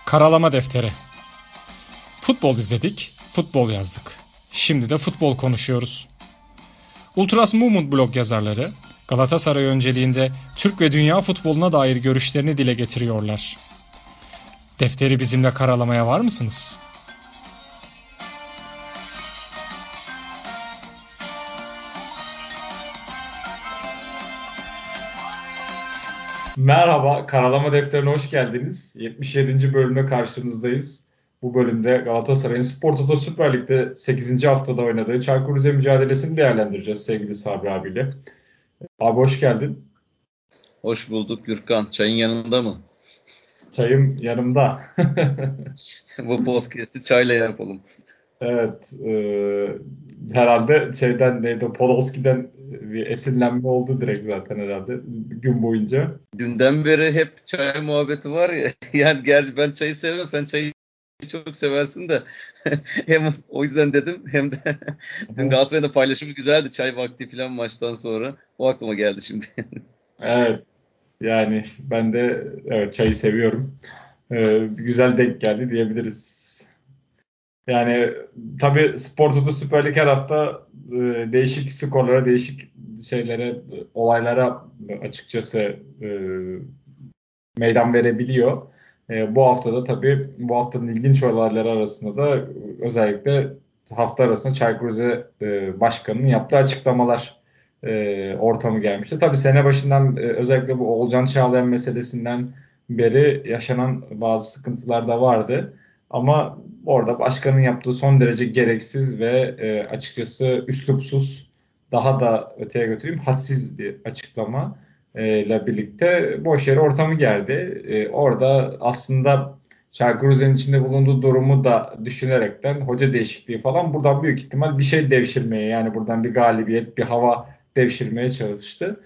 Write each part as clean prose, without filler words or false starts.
Karalama defteri. Futbol izledik, futbol yazdık. Şimdi de futbol konuşuyoruz. Ultras Movement blog yazarları Galatasaray önceliğinde Türk ve dünya futboluna dair görüşlerini dile getiriyorlar. Defteri bizimle karalamaya var mısınız? Merhaba, Karalama Defteri'ne hoş geldiniz. 77. bölümde karşınızdayız. Bu bölümde Galatasaray'ın Spor Toto Süper Lig'de 8. haftada oynadığı Çaykur Rize mücadelesini değerlendireceğiz sevgili Sabri abiyle. Abi hoş geldin. Hoş bulduk Gürkan. Çayın yanında mı? Çayım yanımda. Bu podcast'i çayla yapalım. Evet, herhalde neydi, Podolski'den bir esinlenme oldu direkt zaten herhalde gün boyunca. Dünden beri hep çay muhabbeti var ya. Yani gerçi ben çayı seviyorum. Sen çayı çok seversin de. Hem o yüzden dedim hem de dün Galatasaray'ın paylaşımı güzeldi. Çay vakti falan maçtan sonra. O aklıma geldi şimdi. Evet, yani ben de evet çayı seviyorum. Güzel denk geldi diyebiliriz. Yani tabii Spor Toto Süper Lig her hafta değişik skorlara, değişik şeylere, olaylara açıkçası meydan verebiliyor. Bu haftada tabii bu haftanın ilginç olayları arasında da özellikle hafta arasında Çaykur Rize Başkanı'nın yaptığı açıklamalar ortamı gelmişti. Tabii sene başından özellikle bu Oğulcan Çağlayan meselesinden beri yaşanan bazı sıkıntılar da vardı. Ama orada başkanın yaptığı son derece gereksiz ve açıkçası üslupsuz, daha da öteye götüreyim hadsiz bir açıklama ile birlikte boş yere ortamı geldi. Orada aslında Çaykur Rize'nin içinde bulunduğu durumu da düşünerekten hoca değişikliği falan buradan büyük ihtimal bir şey devşirmeye, yani buradan bir galibiyet, bir hava devşirmeye çalıştı.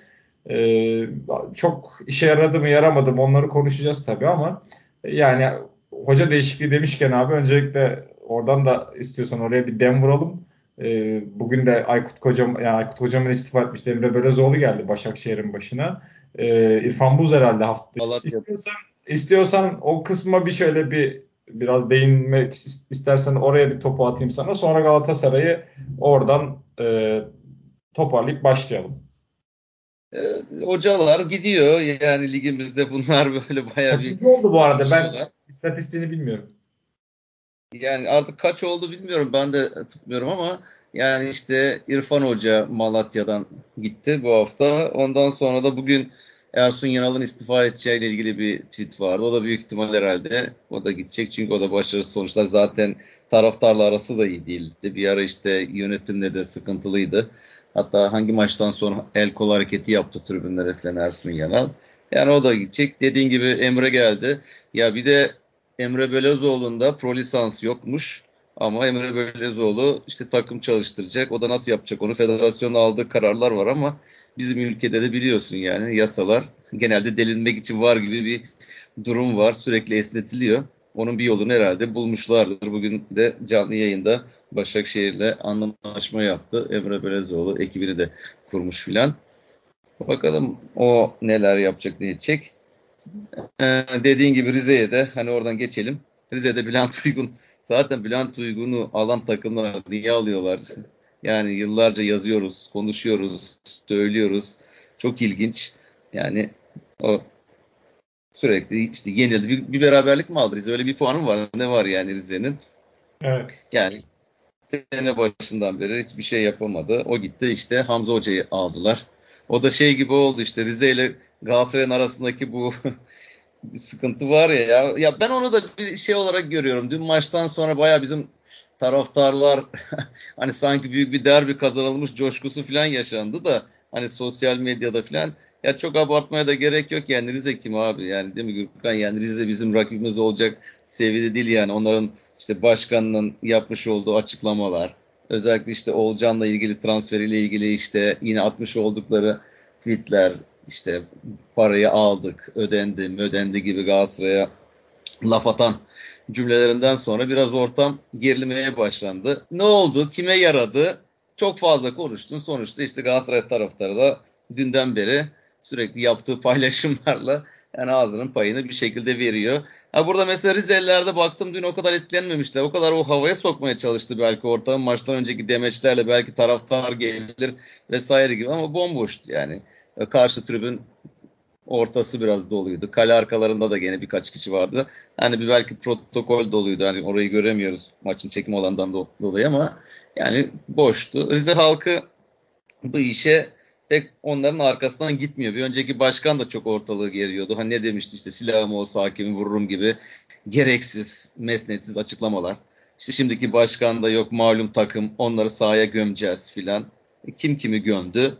Çok işe yaradı mı yaramadı mı onları konuşacağız tabii ama yani hoca değişikliği demişken abi öncelikle oradan da istiyorsan oraya bir dem vuralım. Bugün de Aykut Hocam'ın istifa etmişti. Emre Belözoğlu geldi Başakşehir'in başına. İrfan Buz herhalde hafta. Malatya. İstiyorsan o kısma biraz değinmek istersen oraya bir topu atayım sana. Sonra Galatasaray'ı oradan toparlayıp başlayalım. Hocalar gidiyor. Yani ligimizde bunlar böyle bayağı bir Kaçıncı oldu bu arada? Ben değişiyorlar. istatistiğini bilmiyorum. Yani artık kaç oldu bilmiyorum. Ben de tutmuyorum ama yani işte İrfan Hoca Malatya'dan gitti bu hafta. Ondan sonra da bugün Ersun Yanal'ın istifa edeceğiyle ilgili bir tweet vardı. O da büyük ihtimal herhalde o da gidecek. Çünkü o da başarısız sonuçlar. Zaten taraftarla arası da iyi değildi. Bir ara işte yönetimle de sıkıntılıydı. Hatta hangi maçtan sonra el kol hareketi yaptı tribünlere falan Ersun Yanal. Yani o da gidecek. Dediğin gibi Emre geldi. Ya bir de Emre Belözoğlu'nda pro lisans yokmuş. Ama Emre Belözoğlu işte takım çalıştıracak. O da nasıl yapacak onu? Federasyonun aldığı kararlar var ama bizim ülkede de biliyorsun yani yasalar genelde delinmek için var gibi bir durum var. Sürekli esnetiliyor. Onun bir yolunu herhalde bulmuşlardır. Bugün de canlı yayında Başakşehir'le anlaşma yaptı. Emre Belözoğlu ekibini de kurmuş filan. Bakalım o neler yapacak, ne edecek. Dediğin gibi Rize'ye de hani oradan geçelim. Rize'de Bülent Uygun. Zaten Bülent Uygun'u alan takımlar niye alıyorlar? Yani yıllarca yazıyoruz, konuşuyoruz, söylüyoruz. Çok ilginç. Yani o sürekli işte yenildi. Bir beraberlik mi aldı Rize? Öyle bir puanı mı var? Ne var yani Rize'nin? Evet. Yani sene başından beri hiçbir şey yapamadı. O gitti işte Hamza Hoca'yı aldılar. O da şey gibi oldu işte Rize ile Galatasaray'ın arasındaki bu bir sıkıntı var ya. Ya ben onu da bir şey olarak görüyorum. Dün maçtan sonra baya bizim taraftarlar hani sanki büyük bir derbi kazanılmış coşkusu falan yaşandı da hani sosyal medyada falan ya çok abartmaya da gerek yok yani Rize kim abi yani değil mi Gürkan yani Rize bizim rakibimiz olacak seviyede değil yani onların işte başkanının yapmış olduğu açıklamalar özellikle işte Oğulcan'la ilgili transferiyle ilgili işte yine atmış oldukları tweetler işte parayı aldık, ödendi gibi Galatasaray'a laf atan cümlelerinden sonra biraz ortam gerilemeye başlandı. Ne oldu? Kime yaradı? Çok fazla konuştun. Sonuçta işte Galatasaray taraftarı da dünden beri sürekli yaptığı paylaşımlarla Yani ağzının payını bir şekilde veriyor. Ha burada mesela Rizelilerde baktım dün o kadar etkilenmemişler. O kadar o havaya sokmaya çalıştı belki ortam. Maçtan önceki demeçlerle belki taraftar gelir vesaire gibi ama bomboştu yani. Karşı tribün ortası biraz doluydu. Kale arkalarında da gene birkaç kişi vardı. Hani bir belki protokol doluydu. Hani orayı göremiyoruz maçın çekim alanından dolayı ama yani boştu. Rize halkı bu işe pek onların arkasından gitmiyor. Bir önceki başkan da çok ortalığı geriyordu. Hani ne demişti işte silahım olsa hakimi vururum gibi gereksiz, mesnetsiz açıklamalar. İşte şimdiki başkan da yok malum takım onları sahaya gömeceğiz filan. Kim kimi gömdü?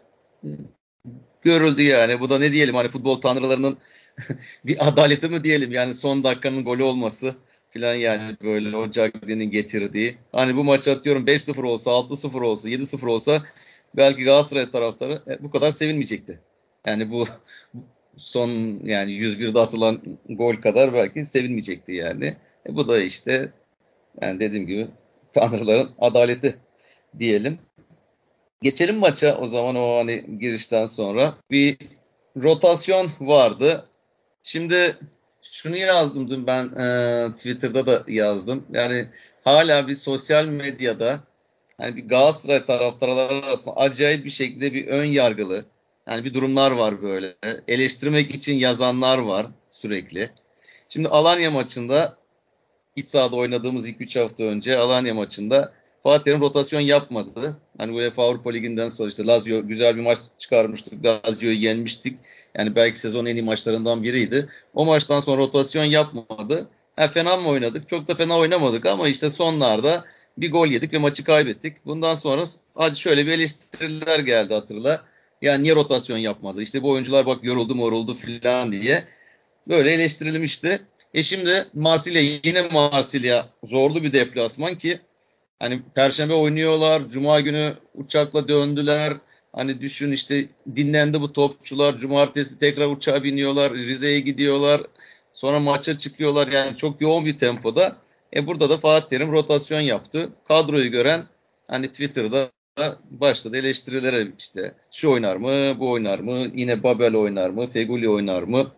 Görüldü yani. Bu da ne diyelim hani futbol tanrılarının bir adaleti mi diyelim yani son dakikanın golü olması filan yani böyle o Cagney'nin getirdiği. Hani bu maç atıyorum 5-0 olsa, 6-0 olsa, 7-0 olsa belki Galatasaray taraftarı bu kadar sevinmeyecekti. Yani bu son yani 101'de atılan gol kadar belki sevinmeyecekti yani. Bu da işte yani dediğim gibi tanrıların adaleti diyelim. Geçelim maça o zaman o hani girişten sonra. Bir rotasyon vardı. Şimdi şunu yazdım dün ben Twitter'da da yazdım. Yani hala bir sosyal medyada hani bir Galatasaray taraftarları arasında acayip bir şekilde bir ön yargılı yani bir durumlar var böyle. Eleştirmek için yazanlar var sürekli. Şimdi Alanya maçında İç sahada oynadığımız ilk 3 hafta önce Alanya maçında Fatih Terim rotasyon yapmadı. Hani UEFA Avrupa Ligi'nden sonra işte Lazio güzel bir maç çıkarmıştık. Lazio'yu yenmiştik. Yani belki sezonun en iyi maçlarından biriydi. O maçtan sonra rotasyon yapmadı. Fena mı oynadık? Çok da fena oynamadık ama işte sonlarda bir gol yedik ve maçı kaybettik. Bundan sonra hadi şöyle bir eleştiriler geldi hatırla. Yani niye rotasyon yapmadı? İşte bu oyuncular bak yoruldu moruldu falan diye. Böyle eleştirilmişti. Şimdi Marsilya yine Marsilya zorlu bir deplasman ki hani Perşembe oynuyorlar. Cuma günü uçakla döndüler. Hani düşün işte dinlendi bu topçular. Cumartesi tekrar uçağa biniyorlar. Rize'ye gidiyorlar. Sonra maça çıkıyorlar. Yani çok yoğun bir tempoda. Burada da Fatih Terim rotasyon yaptı. Kadroyu gören hani Twitter'da başladı eleştirilere işte şu oynar mı, bu oynar mı, yine Babel oynar mı, Feguli oynar mı?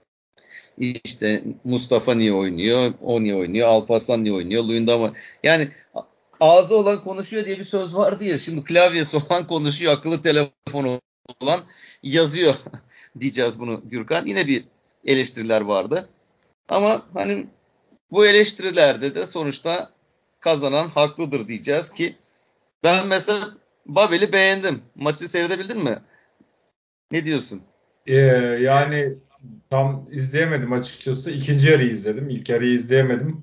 İşte Mustafa niye oynuyor? O niye oynuyor? Alparslan niye oynuyor? Luyendama. Yani ağzı olan konuşuyor diye bir söz vardı ya. Şimdi klavyesi olan konuşuyor. Akıllı telefonu olan yazıyor diyeceğiz bunu Gürkan. Yine bir eleştiriler vardı. Ama hani bu eleştirilerde de sonuçta kazanan haklıdır diyeceğiz ki ben mesela Babel'i beğendim. Maçı seyredebildin mi? Ne diyorsun? Yani tam izleyemedim açıkçası. İkinci yarıyı izledim. İlk yarıyı izleyemedim.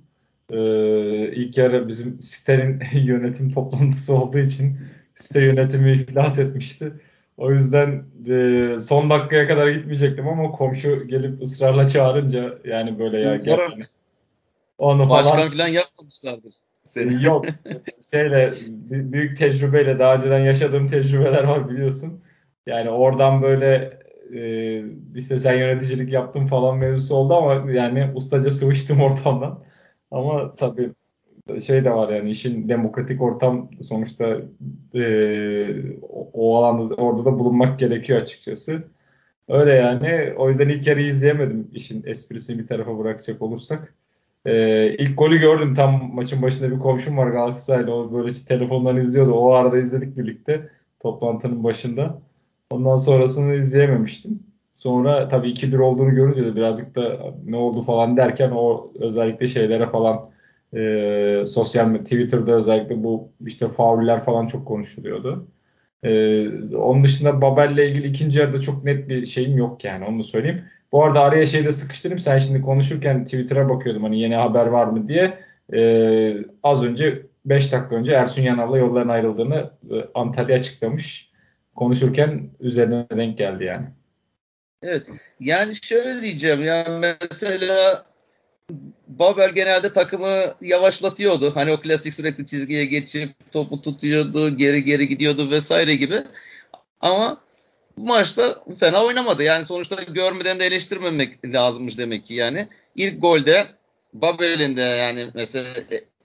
İlk yarı bizim sitenin yönetim toplantısı olduğu için site yönetimi iflas etmişti. O yüzden son dakikaya kadar gitmeyecektim ama komşu gelip ısrarla çağırınca yani böyle ya gel Umarım onu falan. başkan falan yapmamışlardır seni. Yok, şeyle büyük tecrübeyle daha önceden yaşadığım tecrübeler var biliyorsun. Yani oradan böyle işte sen yöneticilik yaptın falan mevzusu oldu ama yani ustaca sıvıştım ortamdan. Ama tabii şey de var yani işin demokratik ortam sonuçta o alanda orada da bulunmak gerekiyor açıkçası. Öyle yani. O yüzden ilk yarıyı izleyemedim işin esprisini bir tarafa bırakacak olursak. İlk golü gördüm. Tam maçın başında bir komşum var Galatasaraylı. O böyle işte telefondan izliyordu. O arada izledik birlikte toplantının başında. Ondan sonrasını izleyememiştim. Sonra tabii 2-1 olduğunu görünce de birazcık da ne oldu falan derken o özellikle şeylere falan Twitter'da özellikle bu işte fauller falan çok konuşuluyordu. Onun dışında Babel'le ilgili ikinci yarıda çok net bir şeyim yok yani onu da söyleyeyim. Bu arada araya şeyi de sıkıştırayım. Sen şimdi konuşurken Twitter'a bakıyordum hani yeni haber var mı diye. Az önce 5 dakika önce Ersun Yanal'la yolların ayrıldığını Antalya açıklamış. Konuşurken üzerine denk geldi yani. Evet. Yani şöyle diyeceğim yani mesela Babel genelde takımı yavaşlatıyordu. Hani o klasik sürekli çizgiye geçip topu tutuyordu, geri geri gidiyordu vesaire gibi. Ama bu maçta fena oynamadı. Yani sonuçta görmeden de eleştirmemek lazımmış demek ki yani. İlk golde Babel'in de yani mesela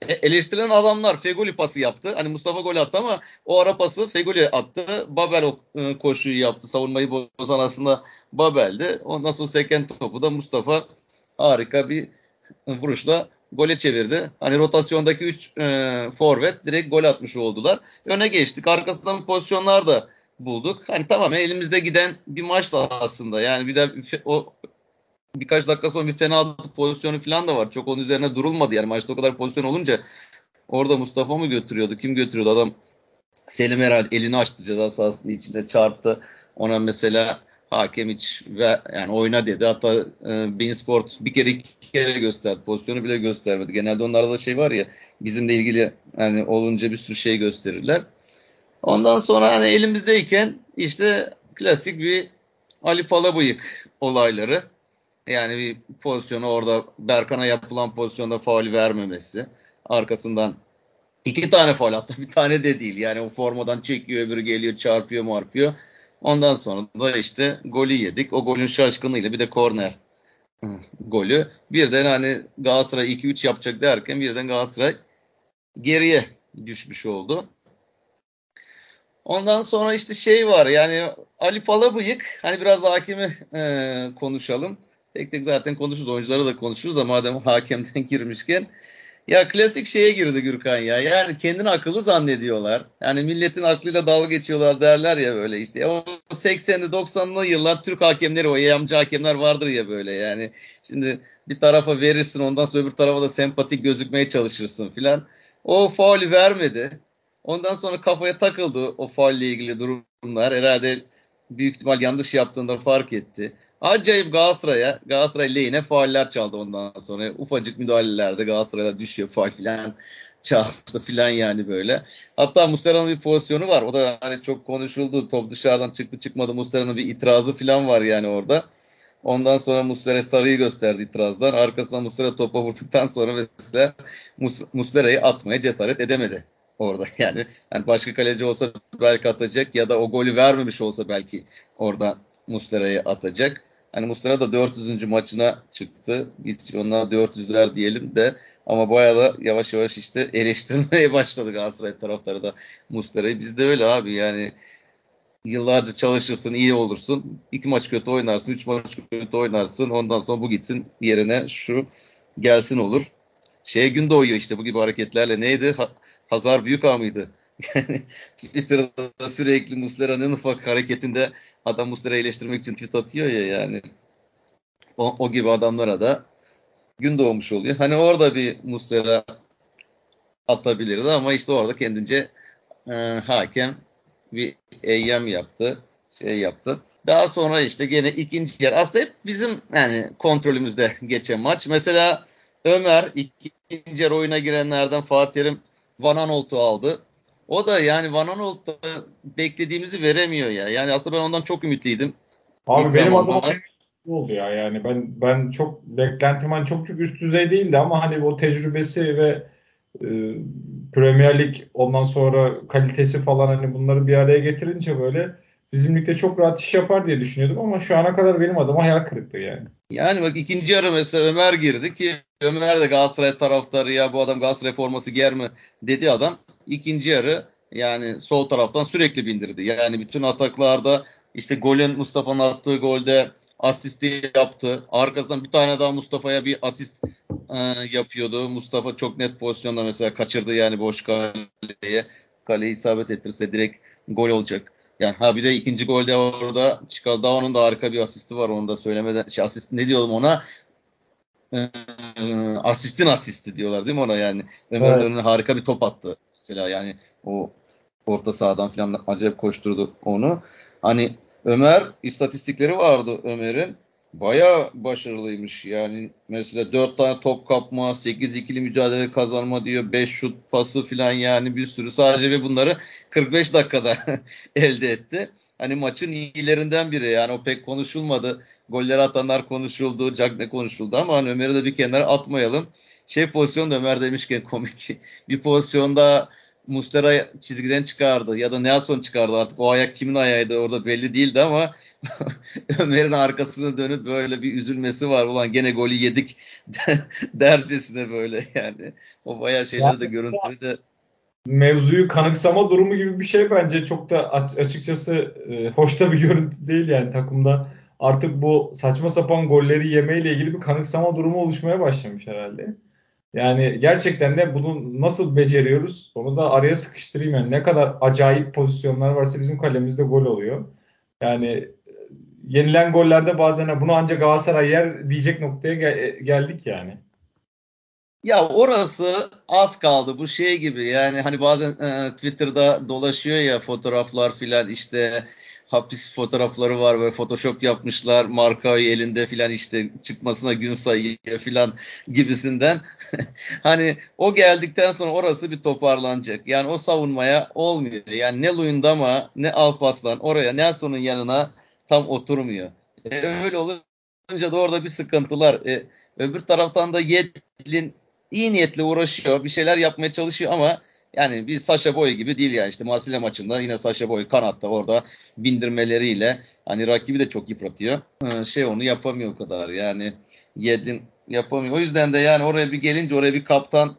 eleştirilen adamlar Fegoli pası yaptı. Hani Mustafa gol attı ama o ara pası Fegoli attı. Babel o koşuyu yaptı. Savunmayı bozan aslında Babel'di. Ondan sonra seken topu da Mustafa harika bir vuruşla gole çevirdi. Hani rotasyondaki 3 forvet direkt gol atmış oldular. Öne geçtik. Arkasından pozisyonlar da bulduk. Hani tamamen elimizde giden bir maçtı aslında. Yani bir de o birkaç dakika sonra bir penaltı pozisyonu falan da var. Çok onun üzerine durulmadı. Yani maçta o kadar pozisyon olunca orada Mustafa mı götürüyordu? Kim götürüyordu? Adam Selim herhalde elini açtı ceza sahasının içinde çarptı. Ona mesela hakem hiç yani oyna dedi. Hatta Bein Sport bir kere iki kere gösterdi. Pozisyonu bile göstermedi. Genelde onlarda da şey var ya bizimle ilgili yani olunca bir sürü şey gösterirler. Ondan sonra hani elimizdeyken işte klasik bir Ali Palabıyık olayları. Yani bir pozisyonu orada Berkan'a yapılan pozisyonda faul vermemesi. Arkasından 2 tane faul hatta bir tane de değil. Yani o formadan çekiyor öbürü geliyor çarpıyor marpıyor. Ondan sonra da işte golü yedik. O golün şaşkınlığıyla bir de korner golü. Birden hani Galatasaray 2-3 yapacak derken birden Galatasaray geriye düşmüş oldu. Ondan sonra işte şey var yani Ali Palabıyık hani biraz da hakemi konuşalım. Tek tek zaten konuşuruz. Oyuncuları da konuşuruz da madem hakemden girmişken. Ya klasik şeye girdi Gürkan ya. Yani kendini akıllı zannediyorlar. Yani milletin aklıyla dalga geçiyorlar derler ya böyle işte. Ya o 80'li 90'lı yıllar Türk hakemleri o yamcı hakemler vardır ya böyle yani. Şimdi bir tarafa verirsin ondan sonra öbür tarafa da sempatik gözükmeye çalışırsın filan. O faulü vermedi. Ondan sonra kafaya takıldı o faulle ilgili durumlar. Herhalde büyük ihtimal yanlış yaptığında fark etti. Acayip Galatasaray lehine fauller çaldı ondan sonra. Ufacık müdahalelerde Galatasaray'a düşüyor faul filan çaldı filan yani böyle. Hatta Muslera'nın bir pozisyonu var. O da hani çok konuşuldu. Top dışarıdan çıktı çıkmadı. Muslera'nın bir itirazı filan var yani orada. Ondan sonra Muslera sarıyı gösterdi itirazdan. Arkasından Muslera topa vurduktan sonra mesela Muslera'yı atmaya cesaret edemedi orada. Yani başka kaleci olsa belki atacak ya da o golü vermemiş olsa belki orada Muslera'yı atacak. Hani Muslera da 400. maçına çıktı. Hiç ona 400'ler diyelim de ama bayağı da yavaş yavaş işte eleştirmeye başladı Galatasaray taraftarı da Muslera'yı. Bizde öyle abi yani yıllarca çalışırsın, iyi olursun. 2 maç kötü oynarsın, 3 maç kötü oynarsın. Ondan sonra bu gitsin yerine şu gelsin olur. Gün doğuyor işte bu gibi hareketlerle. Neydi? Hazar Büyükağ mıydı? Yani Twitter'da sürekli Muslera'nın ufak hareketinde adam Muslera'yı eleştirmek için tweet atıyor ya yani. O gibi adamlara da gün doğmuş oluyor. Hani orada bir Muslera atabilirdi ama işte orada kendince hakem bir eyyam yaptı. Yaptı. Daha sonra işte gene ikinci yer. Aslında hep bizim yani kontrolümüzde geçen maç. Mesela Ömer ikinci yer oyuna girenlerden Fatih Terim Van Aanholt'u aldı. O da yani Van Aanholt da beklediğimizi veremiyor ya. Yani aslında ben ondan çok ümitliydim ilk Abi benim adıma zamanlar. bu oldu ya. Yani ben çok beklentim hani çok üst düzey değildi ama hani o tecrübesi ve e, Premier Lig ondan sonra kalitesi falan hani bunları bir araya getirince böyle bizim ligde çok rahat iş yapar diye düşünüyordum ama şu ana kadar benim adıma hayal kırıklığı yani. Yani bak ikinci yarı mesela Ömer girdi ki Ömer de Galatasaray taraftarı ya bu adam Galatasaray forması giyer mi dedi adam. İkinci yarı yani sol taraftan sürekli bindirdi. Yani bütün ataklarda işte golün Mustafa'nın attığı golde asisti yaptı. Arkasından bir tane daha Mustafa'ya bir asist yapıyordu. Mustafa çok net pozisyonda mesela kaçırdı yani boş kaleye. Kaleyi isabet ettirse direkt gol olacak. Yani bir de ikinci golde orada Çikaldağ'ın da harika bir asisti var onu da söylemeden asist ne diyorum ona Ee, asistin asisti diyorlar değil mi ona yani Ömer'in Evet. önüne harika bir top attı mesela yani o orta sahadan falan acayip koşturdu onu. Hani Ömer istatistikleri vardı Ömer'in. Baya başarılıymış. Yani mesela 4 tane top kapma, 8 ikili mücadele kazanma diyor. 5 şut pası falan yani bir sürü. Sadece ve bunları 45 dakikada elde etti. Hani maçın iyilerinden biri. Yani o pek konuşulmadı. Golleri atanlar konuşuldu, Cagne konuşuldu ama hani Ömer'i de bir kenara atmayalım. Pozisyonda Ömer demişken komik. Bir pozisyonda Muslera çizgiden çıkardı ya da Nelson çıkardı artık o ayak kimin ayağıydı orada belli değildi ama Ömer'in arkasına dönüp böyle bir üzülmesi var. Ulan gene golü yedik dercesine böyle yani. O bayağı şeyleri de, Yani görüntüleri de. mevzuyu kanıksama durumu gibi bir şey bence çok da açıkçası hoş da bir görüntü değil yani takımda. Artık bu saçma sapan golleri yemeyle ilgili bir kanıksama durumu oluşmaya başlamış herhalde. Yani gerçekten de bunu nasıl beceriyoruz? Onu da araya sıkıştırayım yani. Ne kadar acayip pozisyonlar varsa bizim kalemizde gol oluyor. Yani yenilen gollerde bazen bunu ancak Galatasaray yer diyecek noktaya geldik yani. Ya orası az kaldı, bu şey gibi yani, hani bazen Twitter'da dolaşıyor ya fotoğraflar filan, işte hapis fotoğrafları var ve Photoshop yapmışlar, markayı elinde filan, işte çıkmasına gün sayıyor filan gibisinden. Hani o geldikten sonra orası bir toparlanacak. Yani o savunmaya olmuyor. Yani ne Luyendama ne Alparslan oraya, Nelson'un yanına tam oturmuyor. Öyle olunca da orada bir sıkıntılar. Öbür taraftan da Yedlin iyi niyetle uğraşıyor. Bir şeyler yapmaya çalışıyor ama yani bir Sacha Boey gibi değil yani. İşte Marsilya maçında yine Sacha Boey kanatta orada bindirmeleriyle hani rakibi de çok yıpratıyor. Şey onu yapamıyor o kadar yani. Yedlin yapamıyor. O yüzden de yani oraya bir gelince, oraya bir kaptan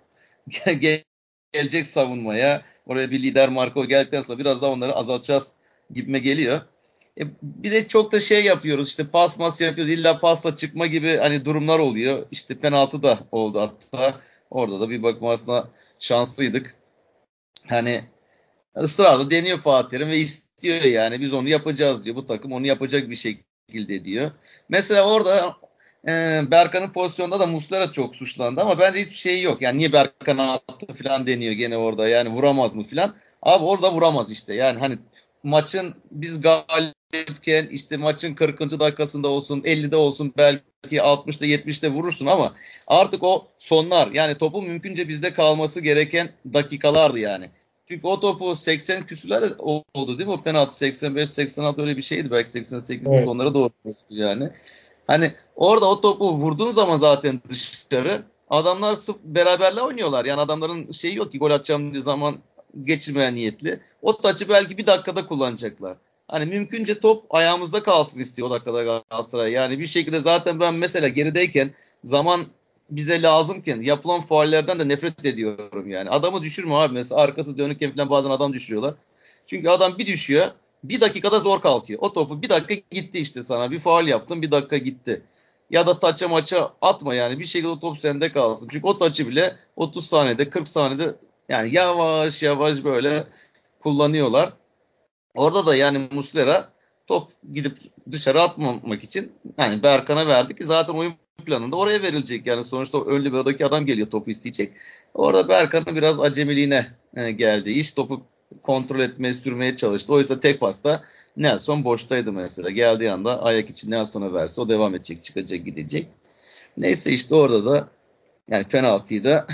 gelecek savunmaya. Oraya bir lider Marco geldikten sonra biraz daha onları azaltacağız gibime geliyor. Bir de çok da şey yapıyoruz, işte pas yapıyoruz, illa pasla çıkma gibi hani durumlar oluyor. İşte penaltı da oldu hatta. Orada da bir bakıma aslında şanslıydık. Hani ısrarla deniyor Fatih Terim ve istiyor yani, biz onu yapacağız diyor. Bu takım onu yapacak bir şekilde diyor. Mesela orada Berkan'ın pozisyonda da Muslera çok suçlandı ama bence hiçbir şey yok. Yani niye Berkan attı falan deniyor gene orada, yani vuramaz mı falan. Abi orada vuramaz işte. Yani hani maçın biz galipken, işte maçın 40. dakikasında olsun, 50'de olsun, belki 60'da 70'te vurursun ama artık o sonlar, yani topun mümkünce bizde kalması gereken dakikalardı yani. Çünkü o topu 80 küsürlerde oldu değil mi? O penaltı 85-86 öyle bir şeydi. Belki 88'in Evet. sonlara doğru yani. Hani orada o topu vurduğun zaman zaten dışarı, adamlar beraberle oynuyorlar. Yani adamların şeyi yok ki gol atacağım diye zaman geçirmeyen niyetli. O taçı belki bir dakikada kullanacaklar. Hani mümkünce top ayağımızda kalsın istiyor o dakikada Galatasaray. Yani bir şekilde zaten ben mesela gerideyken, zaman bize lazımken yapılan faullerden de nefret ediyorum yani. Adamı düşürme abi. Mesela arkası dönükken falan bazen adam düşürüyorlar. Çünkü adam bir düşüyor, bir dakikada zor kalkıyor. O topu bir dakika gitti işte sana. Bir faul yaptın, bir dakika gitti. Ya da taça maça atma yani. Bir şekilde o top sende kalsın. Çünkü o taçı bile 30 saniyede 40 saniyede yani yavaş yavaş böyle kullanıyorlar. Orada da yani Muslera top gidip dışarı atmamak için yani Berkan'a verdi ki zaten oyun planında oraya verilecek. Yani sonuçta ön liberodaki adam geliyor, topu isteyecek. Orada Berkan'ın biraz acemiliğine geldi. İş topu kontrol etmeye, sürmeye çalıştı. Oysa tek pasta Nelson boştaydı mesela. Geldiği anda ayak için Nelson'a verse o devam edecek, çıkacak, gidecek. Neyse işte orada da yani penaltıyı da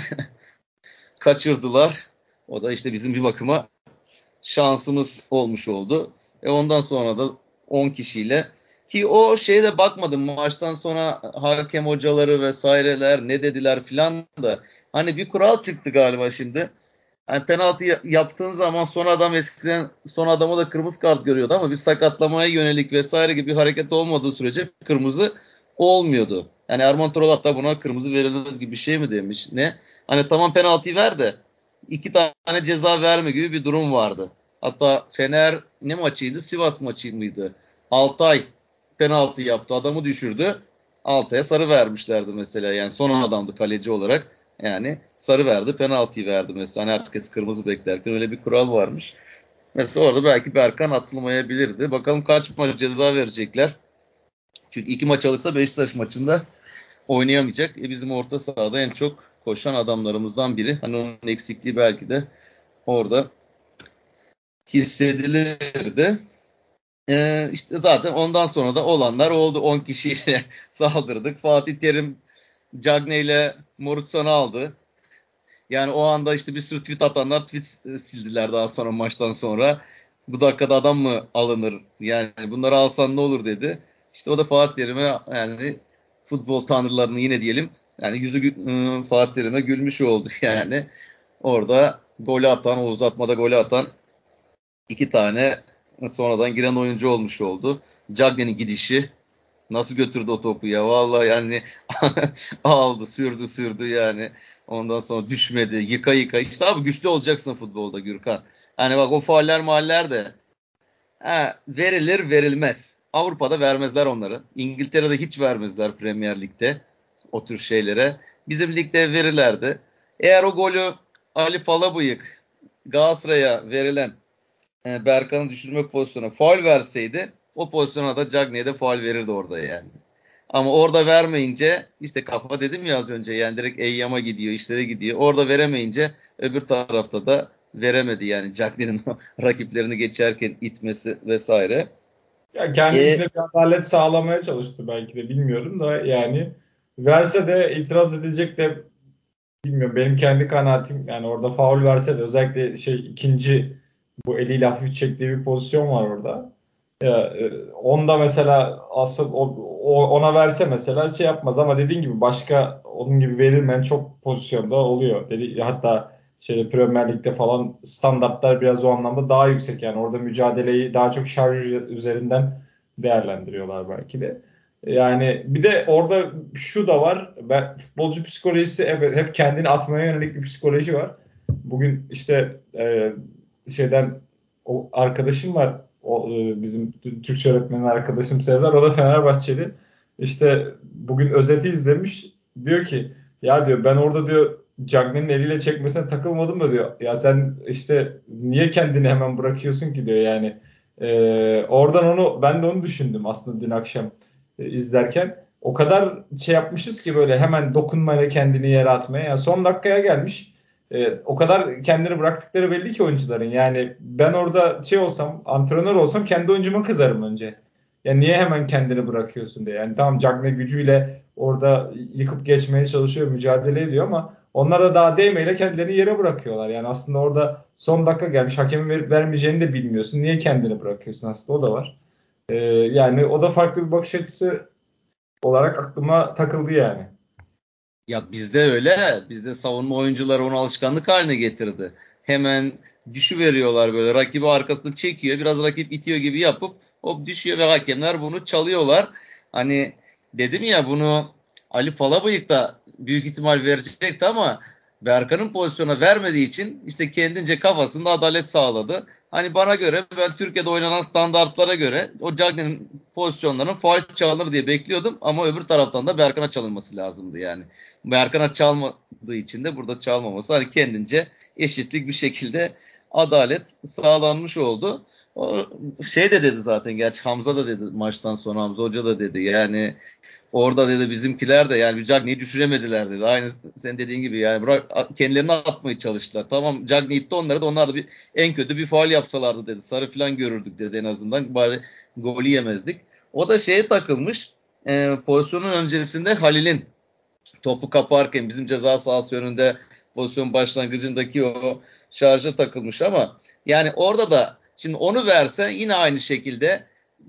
kaçırdılar. O da işte bizim bir bakıma şansımız olmuş oldu. Ondan sonra da 10 kişiyle, ki o şeyde bakmadım maçtan sonra hakem hocaları vesaireler ne dediler filan da, hani bir kural çıktı galiba şimdi. Hani penaltı yaptığın zaman son adam, eskiden son adama da kırmızı kart görüyordu ama bir sakatlamaya yönelik vesaire gibi bir hareket olmadığı sürece kırmızı olmuyordu. Yani Erman Toroğlu hatta buna kırmızı verilmez gibi bir şey mi demiş ne? Hani tamam penaltıyı ver de 2 tane ceza verme gibi bir durum vardı. Hatta Fener ne maçıydı? Sivas maçı mıydı? Altay penaltı yaptı, adamı düşürdü. Altay'a sarı vermişlerdi mesela. Yani son adamdı kaleci olarak. Yani sarı verdi, penaltıyı verdi mesela. Hani herkes kırmızı beklerken öyle bir kural varmış. Mesela orada belki Berkan atılmayabilirdi. Bakalım kaç maç ceza verecekler. Çünkü 2 maç alırsa Beşiktaş maçında oynayamayacak. Bizim orta sahada en çok koşan adamlarımızdan biri. Hani onun eksikliği belki de orada hissedilirdi. İşte zaten ondan sonra da olanlar oldu. 10 kişiyle saldırdık. Fatih Terim Cagney ile Morutsan'ı aldı. Yani o anda işte bir sürü tweet atanlar tweet sildiler daha sonra, maçtan sonra. Bu dakikada adam mı alınır? Yani bunları alsan ne olur dedi. İşte o da Fatih Terim'e, yani futbol tanrılarını yine diyelim. Yani Fatih Terim'e gülmüş oldu yani. Orada golü atan, o uzatmada golü atan 2 tane sonradan giren oyuncu olmuş oldu. Cagney'in gidişi nasıl götürdü o topu ya. Vallahi yani aldı, sürdü yani. Ondan sonra düşmedi. Yıka yıka. İşte abi güçlü olacaksın futbolda Gürkan. Hani bak o fauller de verilir verilmez. Avrupa'da vermezler onları. İngiltere'de hiç vermezler Premier Lig'de o tür şeylere. Bizim ligde verirlerdi. Eğer o golü Ali Palabıyık Galatasaray'a verilen Berkan'ı düşürme pozisyonuna faul verseydi o pozisyona da Cagney'e de faul verirdi orada yani. Ama orada vermeyince işte kafa dedim ya az önce yani direkt Eyyam'a gidiyor, işlere gidiyor. Orada veremeyince öbür tarafta da veremedi yani Cagney'in rakiplerini geçerken itmesi vesaire. Ya kendi içinde bir adalet sağlamaya çalıştı belki de bilmiyorum da yani verse de itiraz edilecek de bilmiyorum. Benim kendi kanaatim yani orada faul verse de özellikle ikinci bu eliyle hafif çektiği bir pozisyon var orada. Ya, onda mesela asıl ona verse mesela yapmaz ama dediğin gibi başka onun gibi verilmeyen çok pozisyonda oluyor. Hatta Premier Lig'de falan standartlar biraz o anlamda daha yüksek yani orada mücadeleyi daha çok şarj üzerinden değerlendiriyorlar belki de. Yani bir de orada şu da var. Futbolcu psikolojisi evet hep kendini atmaya yönelik bir psikoloji var. Bugün işte o arkadaşım var. Bizim Türkçe öğretmenin arkadaşım Sezar. O da Fenerbahçeli. İşte bugün özeti izlemiş. Diyor ki ya diyor ben orada diyor Cagney'in eliyle çekmesine takılmadım da diyor. Ya sen işte niye kendini hemen bırakıyorsun ki diyor yani. Oradan ben de onu düşündüm aslında dün akşam izlerken. O kadar yapmışız ki böyle hemen dokunmayla kendini yere atmaya. Yani son dakikaya gelmiş. O kadar kendini bıraktıkları belli ki oyuncuların. Yani ben orada olsam, antrenör olsam kendi oyuncuma kızarım önce. Yani niye hemen kendini bırakıyorsun diye. Yani tamam Cagney gücüyle orada yıkıp geçmeye çalışıyor, mücadele ediyor ama onlar da daha değmeyle kendilerini yere bırakıyorlar. Yani aslında orada son dakika gelmiş, hakemin verip vermeyeceğini de bilmiyorsun. Niye kendini bırakıyorsun aslında o da var. Yani o da farklı bir bakış açısı olarak aklıma takıldı yani. Ya bizde öyle. Bizde savunma oyuncuları onu alışkanlık haline getirdi. Hemen düşüveriyorlar böyle. Rakibi arkasında çekiyor. Biraz rakip itiyor gibi yapıp hop düşüyor ve hakemler bunu çalıyorlar. Hani dedim ya bunu Ali Palabıyık da büyük ihtimal verecekti ama Berkan'ın pozisyona vermediği için işte kendince kafasında adalet sağladı. Hani bana göre ben Türkiye'de oynanan standartlara göre o Cagney'in pozisyonlarının faul çalınır diye bekliyordum ama öbür taraftan da Berkan'a çalınması lazımdı yani. Berkan'a çalmadığı için de burada çalmaması hani kendince eşitlik bir şekilde adalet sağlanmış oldu. O de dedi zaten gerçi Hamza da dedi maçtan sonra Hamza Hoca da dedi yani orada dedi bizimkiler de yani Cagney'i düşüremediler dedi. Aynı senin dediğin gibi yani kendilerini atmaya çalıştılar. Tamam Cagney itti onları da onlar da en kötü bir faul yapsalardı dedi. Sarı falan görürdük dedi en azından. Bari golü yemezdik. O da takılmış. Pozisyonun öncesinde Halil'in topu kaparken bizim ceza sahası önünde pozisyon başlangıcındaki o şarja takılmış ama yani orada da şimdi onu verse yine aynı şekilde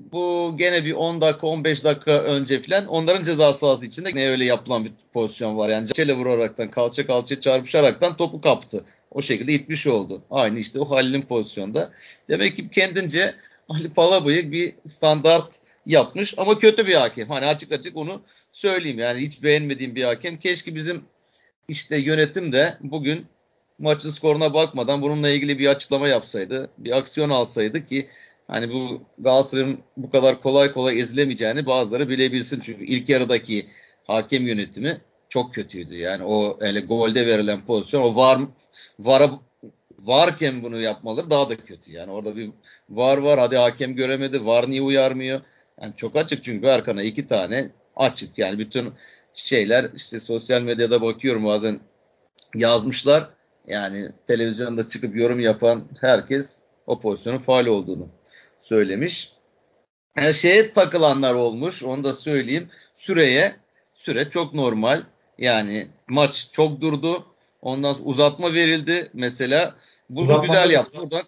bu gene bir 10 dakika 15 dakika önce falan onların ceza sahası içinde ne öyle yapılan bir pozisyon var. Yani çele vuraraktan kalça çarpışaraktan topu kaptı. O şekilde itmiş oldu. Aynı işte o Halil'in pozisyonda. Demek ki kendince Ali Palabıyık bir standart yapmış ama kötü bir hakem. Hani açık açık onu söyleyeyim. Yani hiç beğenmediğim bir hakem. Keşke bizim işte yönetim de bugün maçın skoruna bakmadan bununla ilgili bir açıklama yapsaydı. Bir aksiyon alsaydı ki hani bu Galatasaray'ın bu kadar kolay kolay ezilemeyeceğini bazıları bilebilsin. Çünkü ilk yarıdaki hakem yönetimi çok kötüydü. Yani o hele golde verilen pozisyon o VAR'a varken bunu yapmaları daha da kötü. Yani orada bir var hadi hakem göremedi. VAR niye uyarmıyor? Yani çok açık çünkü Berkan'a 2 tane açık. Yani bütün şeyler işte sosyal medyada bakıyorum bazen yazmışlar. Yani televizyonda çıkıp yorum yapan herkes o pozisyonun faul olduğunu söylemiş. Yani takılanlar olmuş. Onu da söyleyeyim. Süre çok normal. Yani maç çok durdu. Ondan sonra uzatma verildi. Mesela bunu güzel Uzatmada yaptı. Buradan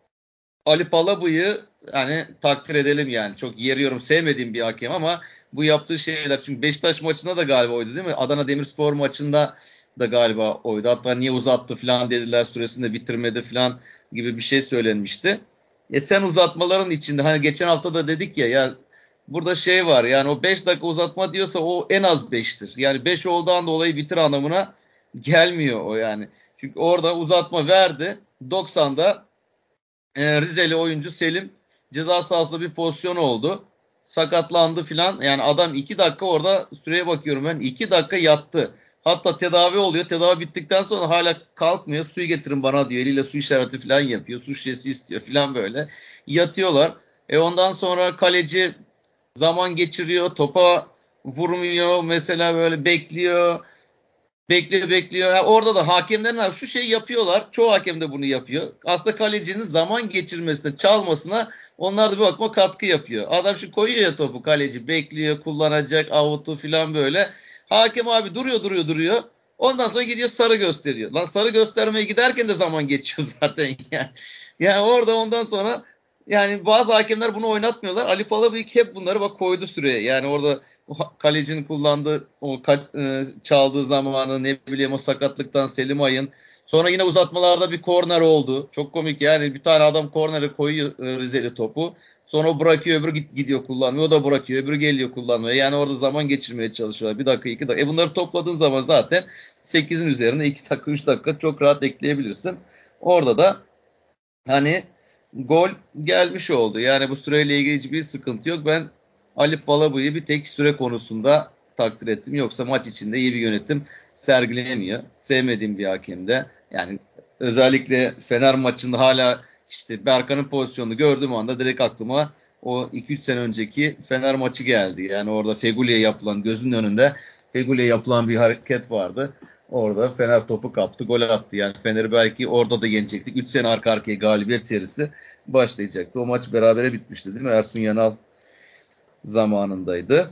Ali Palabıyık'ı yani takdir edelim yani. Çok yeriyorum sevmediğim bir hakem ama bu yaptığı şeyler çünkü Beşiktaş maçında da galiba oydu değil mi? Adana Demirspor maçında da galiba oydu. Hatta niye uzattı falan dediler süresinde bitirmedi falan gibi bir şey söylenmişti. Sen uzatmaların içinde hani geçen hafta da dedik ya burada şey var yani o 5 dakika uzatma diyorsa o en az 5'tir. Yani 5 olduğundan dolayı bitir anlamına gelmiyor o yani. Çünkü orada uzatma verdi. 90'da Rizeli oyuncu Selim ceza sahasında bir pozisyon oldu. Sakatlandı filan. Yani adam 2 dakika orada süreye bakıyorum ben. 2 dakika yattı. Hatta tedavi oluyor. Tedavi bittikten sonra hala kalkmıyor. Suyu getirin bana diyor. Eliyle su işareti filan yapıyor. Su şişesi istiyor filan böyle. Yatıyorlar. Ondan sonra kaleci zaman geçiriyor. Topa vurmuyor. Mesela böyle bekliyor. Bekliyor. Yani orada da hakemler şu şeyi yapıyorlar. Çoğu hakem de bunu yapıyor. Aslında kalecinin zaman geçirmesine, çalmasına onlar da bir bakıma katkı yapıyor. Adam şu koyuyor ya topu kaleci. Bekliyor, kullanacak, avutu falan böyle. Hakem abi duruyor. Ondan sonra gidiyor sarı gösteriyor. Lan sarı göstermeye giderken de zaman geçiyor zaten yani. Yani orada ondan sonra yani bazı hakemler bunu oynatmıyorlar. Ali Palabıyık hep bunları bak koydu süreye. Yani orada kalecinin kullandığı o çaldığı zamanı ne bileyim o sakatlıktan Selim Ay'ın. Sonra yine uzatmalarda bir korner oldu. Çok komik yani bir tane adam kornere koyuyor Rizeli topu. Sonra o bırakıyor öbürü gidiyor kullanmıyor. O da bırakıyor öbürü geliyor kullanmaya. Yani orada zaman geçirmeye çalışıyorlar. 1 dakika 2 dakika. Bunları topladığın zaman zaten 8'in üzerine 2 dakika 3 dakika çok rahat ekleyebilirsin. Orada da hani gol gelmiş oldu. Yani bu süreyle ilgili hiçbir sıkıntı yok. Ben Ali Palabıyık'ı bir tek süre konusunda takdir ettim. Yoksa maç içinde iyi bir yönetim sergileyemiyor. Sevmediğim bir hakem de. Yani özellikle Fener maçında hala işte Berkan'ın pozisyonunu gördüğüm anda direkt aklıma o 2-3 sene önceki Fener maçı geldi. Yani orada Fegüli'ye yapılan gözünün önünde Fegüli'ye yapılan bir hareket vardı. Orada Fener topu kaptı, gol attı. Yani Fener'i belki orada da yenecektik. 3 sene arka arkaya galibiyet serisi başlayacaktı. O maç berabere bitmişti değil mi? Ersun Yanal zamanındaydı.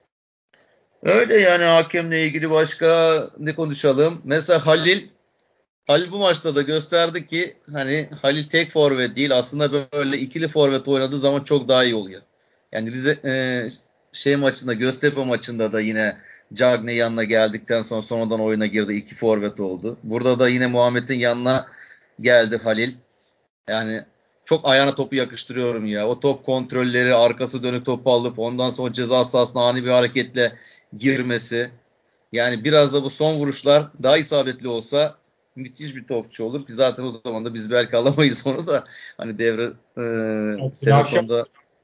Öyle yani hakemle ilgili başka ne konuşalım? Mesela Halil bu maçta da gösterdi ki hani Halil tek forvet değil aslında böyle ikili forvet oynadığı zaman çok daha iyi oluyor. Yani şey maçında Göztepe maçında da yine Cagney yanına geldikten sonra sonradan oyuna girdi. 2 forvet oldu. Burada da yine Muhammed'in yanına geldi Halil. Yani çok ayağına topu yakıştırıyorum ya. O top kontrolleri, arkası dönük topu alıp ondan sonra ceza sahasına ani bir hareketle girmesi. Yani biraz da bu son vuruşlar daha isabetli olsa müthiş bir topçu olur ki zaten o zaman da biz belki alamayız onu da. Hani devre sene Akşam sonunda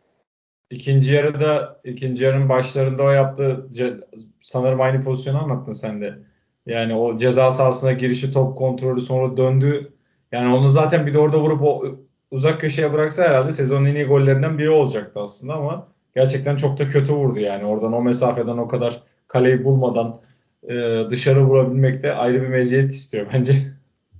ikinci yarının başlarında o yaptığı sanırım aynı pozisyonu anlattın sen de. Yani o ceza sahasına girişi, top kontrolü, sonra döndü. Yani onu zaten bir de orada vurup o uzak köşeye bıraksa herhalde sezonun en iyi gollerinden biri olacaktı aslında ama gerçekten çok da kötü vurdu yani. Oradan o mesafeden o kadar kaleyi bulmadan dışarı vurabilmek de ayrı bir meziyet istiyor bence.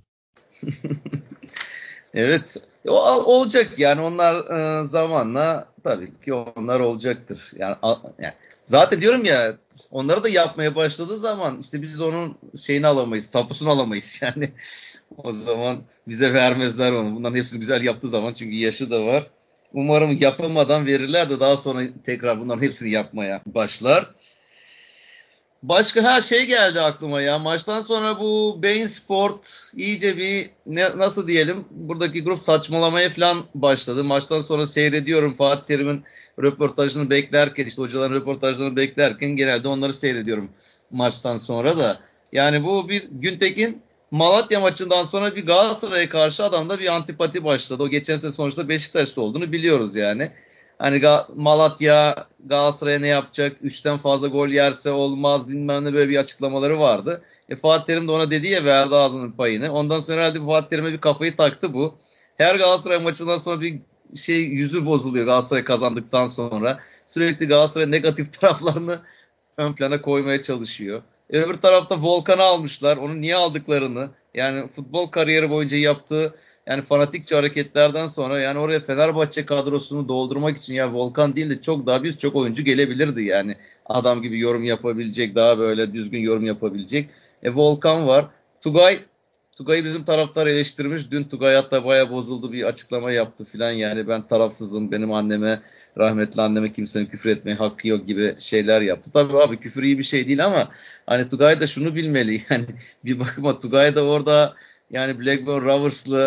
evet olacak yani onlar zamanla tabii ki onlar olacaktır. Yani zaten diyorum ya onları da yapmaya başladığı zaman işte biz onun şeyini alamayız, tapusunu alamayız yani. O zaman bize vermezler onu. Bunların hepsini güzel yaptığı zaman çünkü yaşı da var. Umarım yapamadan verirler de daha sonra tekrar bunların hepsini yapmaya başlar. Başka her şey geldi aklıma ya. Maçtan sonra bu Bein Sport iyice bir nasıl diyelim buradaki grup saçmalamaya falan başladı. Maçtan sonra seyrediyorum Fatih Terim'in röportajını beklerken işte hocaların röportajlarını beklerken genelde onları seyrediyorum maçtan sonra da. Yani bu bir Güntekin Malatya maçından sonra bir Galatasaray'a karşı adamda bir antipati başladı. O geçen sene sonuçta Beşiktaşlı olduğunu biliyoruz yani. Hani Malatya Galatasaray'a ne yapacak? 3'ten fazla gol yerse olmaz bilmem ne böyle bir açıklamaları vardı. Fatih Terim de ona dedi ya verdi ağzının payını. Ondan sonra herhalde Fatih Terim'e bir kafayı taktı bu. Her Galatasaray maçından sonra bir şey yüzü bozuluyor Galatasaray kazandıktan sonra. Sürekli Galatasaray negatif taraflarını ön plana koymaya çalışıyor. Öbür tarafta Volkan'ı almışlar. Onu niye aldıklarını yani futbol kariyeri boyunca yaptığı yani fanatikçe hareketlerden sonra yani oraya Fenerbahçe kadrosunu doldurmak için ya Volkan değil de çok daha birçok oyuncu gelebilirdi yani. Adam gibi yorum yapabilecek, daha böyle düzgün yorum yapabilecek. Volkan var. Tugay'ı bizim taraftar eleştirmiş. Dün Tugay hatta bayağı bozuldu bir açıklama yaptı filan yani ben tarafsızım benim anneme rahmetli anneme kimsenin küfür etmeye hakkı yok gibi şeyler yaptı. Tabii abi küfür iyi bir şey değil ama hani Tugay da şunu bilmeli yani bir bakıma Tugay da orada yani Blackburn Rovers'lı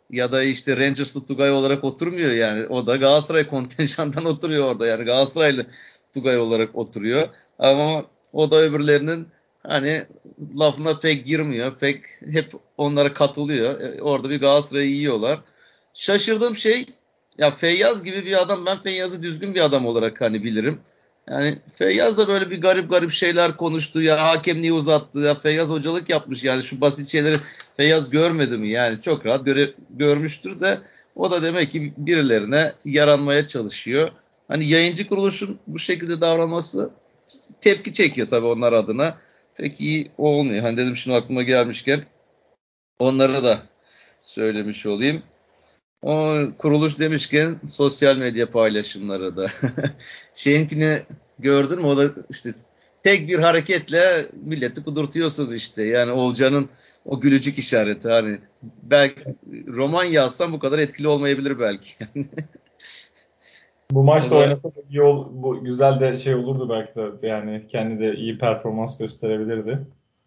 ya da işte Rangers'lı Tugay olarak oturmuyor yani. O da Galatasaray kontenjandan oturuyor orada. Yani Galatasaraylı Tugay olarak oturuyor. Ama o da öbürlerinin hani lafına pek girmiyor. Pek hep onlara katılıyor. Orada bir Galatasaray'ı yiyorlar. Şaşırdığım şey, ya Feyyaz gibi bir adam, ben Feyyaz'ı düzgün bir adam olarak hani bilirim. Yani Feyyaz da böyle bir garip garip şeyler konuştu ya, hakemliği uzattı ya, Feyyaz hocalık yapmış yani, şu basit şeyleri Feyyaz görmedi mi yani, çok rahat görmüştür de o da demek ki birilerine yaranmaya çalışıyor. Hani yayıncı kuruluşun bu şekilde davranması tepki çekiyor tabii onlar adına. Pek iyi olmuyor. Hani dedim şimdi aklıma gelmişken onlara da söylemiş olayım. O kuruluş demişken sosyal medya paylaşımları da. Şeyinkini gördün mü? O da işte tek bir hareketle milleti kudurtuyorsun işte. Yani Olcan'ın o gülücük işareti, hani belki roman yazsam bu kadar etkili olmayabilir belki. Bu O maçta da, oynasa da bu güzel de şey olurdu belki de, yani kendi de iyi performans gösterebilirdi.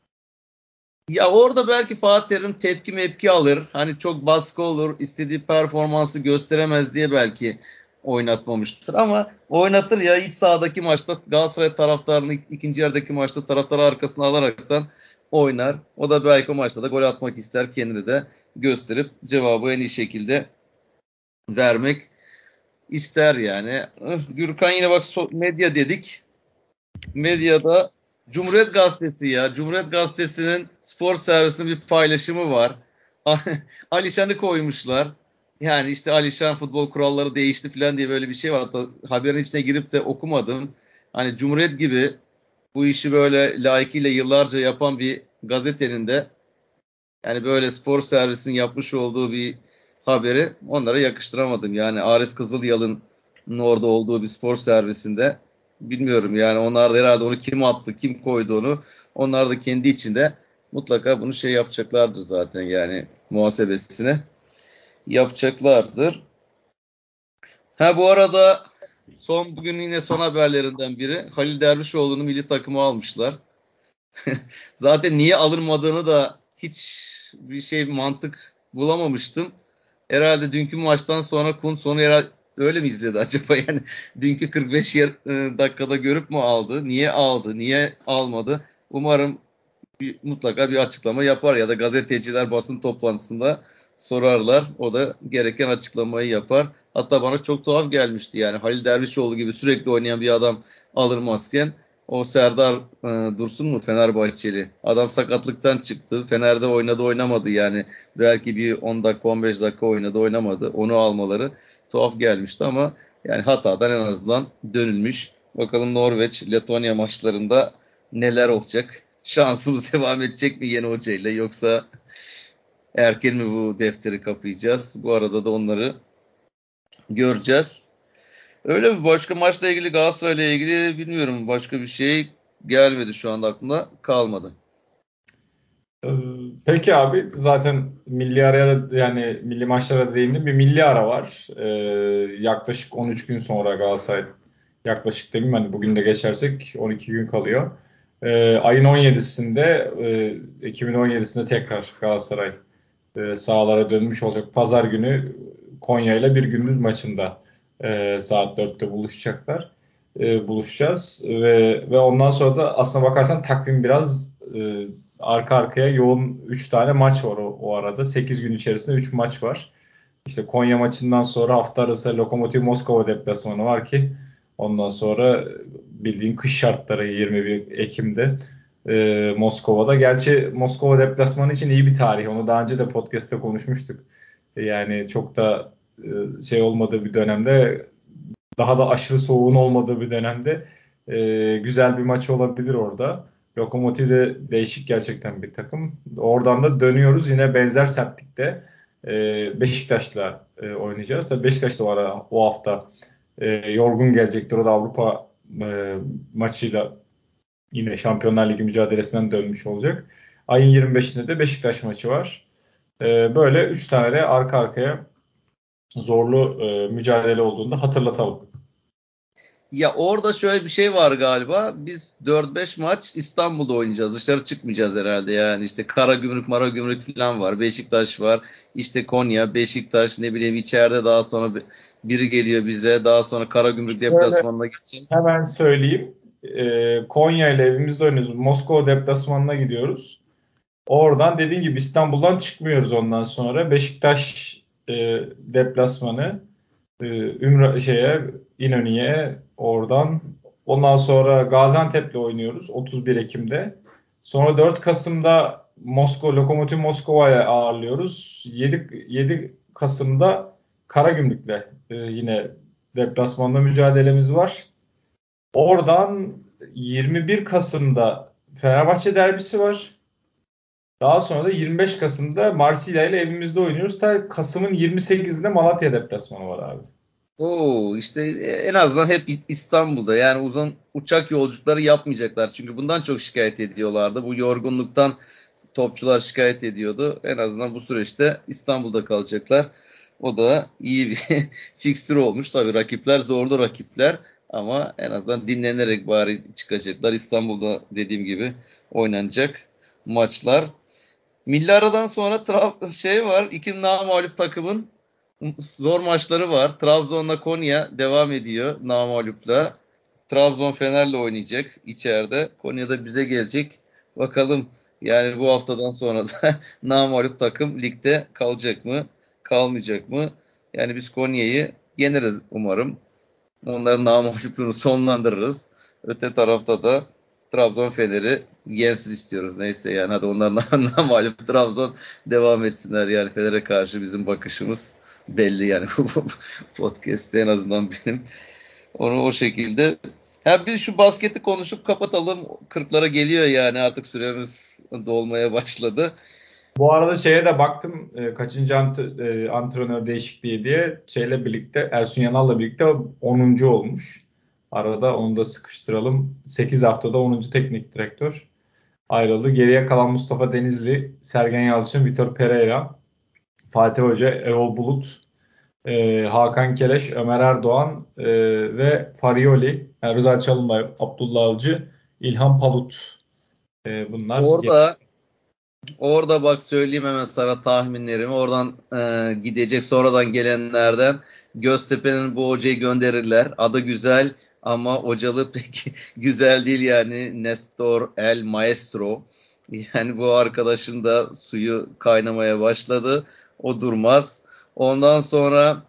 ya orada belki Fatih Terim tepki mepki alır. Hani çok baskı olur, istediği performansı gösteremez diye belki oynatmamıştır. Ama oynatır ya, iç sahadaki maçta Galatasaray taraftarını ikinci yarıdaki maçta taraftarı arkasına alaraktan oynar. O da belki o maçta da gol atmak ister, kendini de gösterip cevabı en iyi şekilde vermek ister yani. Gürkan yine bak, medya dedik. Medyada Cumhuriyet Gazetesi ya. Cumhuriyet Gazetesi'nin spor servisinin bir paylaşımı var. Alişan'ı koymuşlar. Yani işte Alişan futbol kuralları değişti falan diye böyle bir şey var. Hatta haberin içine girip de okumadım. Hani Cumhuriyet gibi bu işi böyle layıkıyla yıllarca yapan bir gazetenin de yani böyle spor servisinin yapmış olduğu bir haberi onlara yakıştıramadım. Yani Arif Kızılyalın orada olduğu bir spor servisinde, bilmiyorum yani, onlar da herhalde onu kim attı, kim koydu onu. Onlar da kendi içinde mutlaka bunu şey yapacaklardır zaten, yani muhasebesine yapacaklardır. Ha bu arada bugün yine son haberlerinden biri, Halil Dervişoğlu'nu milli takıma almışlar. Zaten niye alınmadığını da hiç bir şey, mantık bulamamıştım. Herhalde dünkü maçtan sonra Kunt sonu herhalde öyle mi izledi acaba? Yani dünkü 45 dakikada görüp mü aldı? Niye aldı? Niye almadı? Umarım mutlaka bir açıklama yapar ya da gazeteciler basın toplantısında sorarlar. O da gereken açıklamayı yapar. Hatta bana çok tuhaf gelmişti yani, Halil Dervişoğlu gibi sürekli oynayan bir adam alınmazken o Serdar Dursun mu, Fenerbahçeli? Adam sakatlıktan çıktı. Fener'de oynadı oynamadı yani. Belki bir 10 dakika 15 dakika oynadı oynamadı. Onu almaları tuhaf gelmişti ama yani hatadan en azından dönülmüş. Bakalım Norveç, Letonya maçlarında neler olacak? Şansımız devam edecek mi yeni hocayla, yoksa erken mi bu defteri kapayacağız? Bu arada da onları göreceğiz. Öyle mi? Başka maçla ilgili, Galatasaray'la ilgili bilmiyorum. Başka bir şey gelmedi şu anda, aklıma kalmadı. Ee, Peki abi, zaten milli araya, yani milli maçlara değindim. Bir milli ara var. Yaklaşık 13 gün sonra Galatasaray, yaklaşık demeyeyim, hani bugün de geçersek 12 gün kalıyor. Ayın 17'sinde, Ekim'in 17'sinde tekrar Galatasaray sahalara dönmüş olacak. Pazar günü Konya ile bir gündüz maçında saat 4'te buluşacaklar. Buluşacağız ve ondan sonra da aslına bakarsan takvim biraz arka arkaya yoğun, 3 tane maç var o arada. 8 gün içerisinde 3 maç var. İşte Konya maçından sonra hafta arası Lokomotiv Moskova deplasmanı var ki ondan sonra bildiğin kış şartları 21 Ekim'de Moskova'da. Gerçi Moskova deplasmanı için iyi bir tarih. Onu daha önce de podcast'te konuşmuştuk. Yani çok da şey olmadığı bir dönemde, daha da aşırı soğuğun olmadığı bir dönemde güzel bir maç olabilir orada. Lokomotiv de değişik gerçekten bir takım. Oradan da dönüyoruz yine benzer sertlikte Beşiktaş'la oynayacağız. Tabii Beşiktaş da o hafta yorgun gelecektir. O da Avrupa maçıyla yine Şampiyonlar Ligi mücadelesinden dönmüş olacak. Ayın 25'inde de Beşiktaş maçı var. Böyle 3 tane de arka arkaya zorlu mücadele olduğunu da hatırlatalım. Ya orada şöyle bir şey var galiba. Biz 4-5 maç İstanbul'da oynayacağız. Dışarı çıkmayacağız herhalde yani. İşte Karagümrük, Maragümrük falan var. Beşiktaş var. İşte Konya, Beşiktaş, ne bileyim içeride daha sonra biri geliyor bize. Daha sonra Karagümrük Böyle deplasmanına gideceğiz. hemen söyleyeyim. Konya ile evimizde oynuyoruz. Moskova deplasmanına gidiyoruz. Oradan dediğin gibi İstanbul'dan çıkmıyoruz ondan sonra. Beşiktaş deplasmanı İnönü'ye oradan. Ondan sonra Gaziantep'le oynuyoruz 31 Ekim'de. Sonra 4 Kasım'da Lokomotiv Moskova'ya ağırlıyoruz. 7 Kasım'da Karagümrük'le yine deplasmanda mücadelemiz var. Oradan 21 Kasım'da Fenerbahçe derbisi var. Daha sonra da 25 Kasım'da Marsilya ile evimizde oynuyoruz. Ta Kasım'ın 28'inde Malatya deplasmanı var abi. Oo, işte en azından hep İstanbul'da, yani uzun uçak yolculukları yapmayacaklar. Çünkü bundan çok şikayet ediyorlardı. Bu yorgunluktan topçular şikayet ediyordu. En azından bu süreçte İstanbul'da kalacaklar. O da iyi bir fikstür olmuş. Tabii rakipler zorlu rakipler ama en azından dinlenerek bari çıkacaklar. İstanbul'da dediğim gibi oynanacak maçlar. Milli aradan sonra şey var. İki namağlup takımın zor maçları var. Trabzon'la Konya devam ediyor namağlupla. Trabzon Fener'le oynayacak içeride. Konya da bize gelecek. Bakalım yani bu haftadan sonra da namağlup takım ligde kalacak mı? Kalmayacak mı? Yani biz Konya'yı yeneriz umarım. Onların namağlupluğunu sonlandırırız. Öte tarafta da Trabzon Fener'i yensin istiyoruz. Neyse yani hadi onlar namağlup Trabzon devam etsinler. Yani Fener'e karşı bizim bakışımız belli yani bu podcast'te en azından benim. Onu o şekilde. Ha bir şu basketi konuşup kapatalım. 40'lara geliyor yani artık süremiz dolmaya başladı. Bu arada şeye de baktım kaçıncı antrenör değişikliği diye şeyle birlikte Ersun Yanal'la birlikte 10. olmuş. Arada onu da sıkıştıralım. 8 haftada 10. teknik direktör ayrıldı. Geriye kalan Mustafa Denizli, Sergen Yalçın, Vitor Pereira, Fatih Hoca, Erol Bulut, Hakan Keleş, Ömer Erdoğan ve Farioli, yani Rıza Çalınbay, Abdullah Avcı, İlhan Palut. Bunlar Orada Orada bak söyleyeyim hemen sana tahminlerimi. Oradan gidecek sonradan gelenlerden Göztepe'nin bu hocayı gönderirler. Adı güzel ama hocalığı pek güzel değil yani. Nestor El Maestro. Yani bu arkadaşın da suyu kaynamaya başladı. O durmaz. Ondan sonra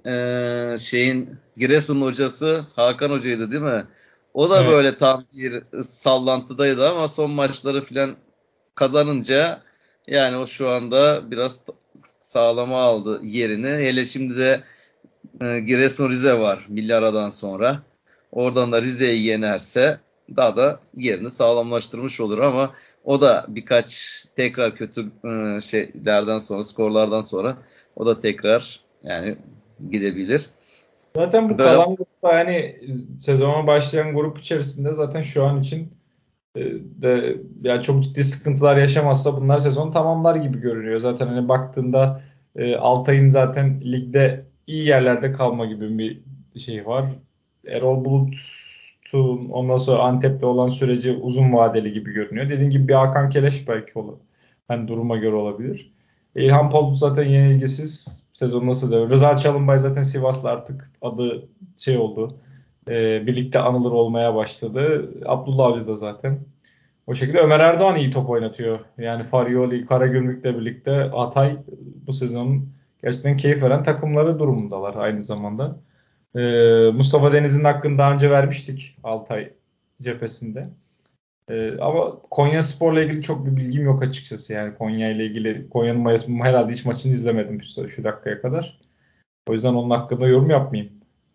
şeyin Giresun hocası Hakan hocaydı değil mi? O da evet, böyle tam bir sallantıdaydı ama son maçları filan kazanınca yani o şu anda biraz sağlama aldı yerini. Hele şimdi de Giresun Rize var milli aradan sonra. Oradan da Rize'yi yenerse daha da yerini sağlamlaştırmış olur ama o da birkaç tekrar kötü şeylerden sonra, skorlardan sonra o da tekrar yani gidebilir. zaten bu Böyle kalan grupta yani sezona başlayan grup içerisinde zaten şu an için de yani çok ciddi sıkıntılar yaşamazsa bunlar sezonu tamamlar gibi görünüyor. Zaten hani baktığında Altay'ın zaten ligde iyi yerlerde kalma gibi bir şey var. Erol Bulut'un ondan sonra Antep'te olan süreci uzun vadeli gibi görünüyor. Dediğim gibi bir Hakan Keleş belki olur. Hani duruma göre olabilir. İlhan Palut zaten yenilgisiz. Sezon nasıl diyor? Rıza Çalınbay zaten Sivas'la artık adı şey oldu. Birlikte anılır olmaya başladı. Abdullah Avcı da zaten. O şekilde Ömer Erdoğan iyi top oynatıyor. Yani Farioli, Karagümrük'le birlikte Hatay bu sezonun gerçekten keyif veren takımları durumundalar aynı zamanda. Mustafa Deniz'in hakkını daha önce vermiştik Altay cephesinde. Ama Konyaspor'la ilgili çok bir bilgim yok açıkçası. Yani Konya ile ilgili Konya'nın herhalde hiç maçını izlemedim şu dakikaya kadar. O yüzden onun hakkında yorum yapmayayım.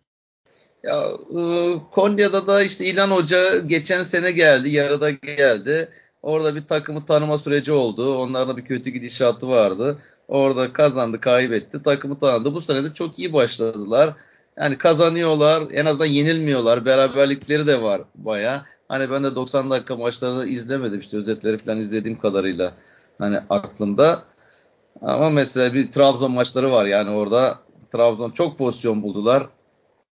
ya Konya'da da işte İlhan Hoca geçen sene geldi, yarıda geldi. Orada bir takımı tanıma süreci oldu. Onlarda bir kötü gidişatı vardı. Orada kazandı, kaybetti. Takımı tanıdı. Bu sene de çok iyi başladılar. Yani kazanıyorlar, en azından yenilmiyorlar. Beraberlikleri de var baya. Hani ben de 90 dakika maçlarını izlemedim, işte özetleri falan izlediğim kadarıyla hani aklımda. Ama mesela bir Trabzon maçları var yani orada Trabzon çok pozisyon buldular.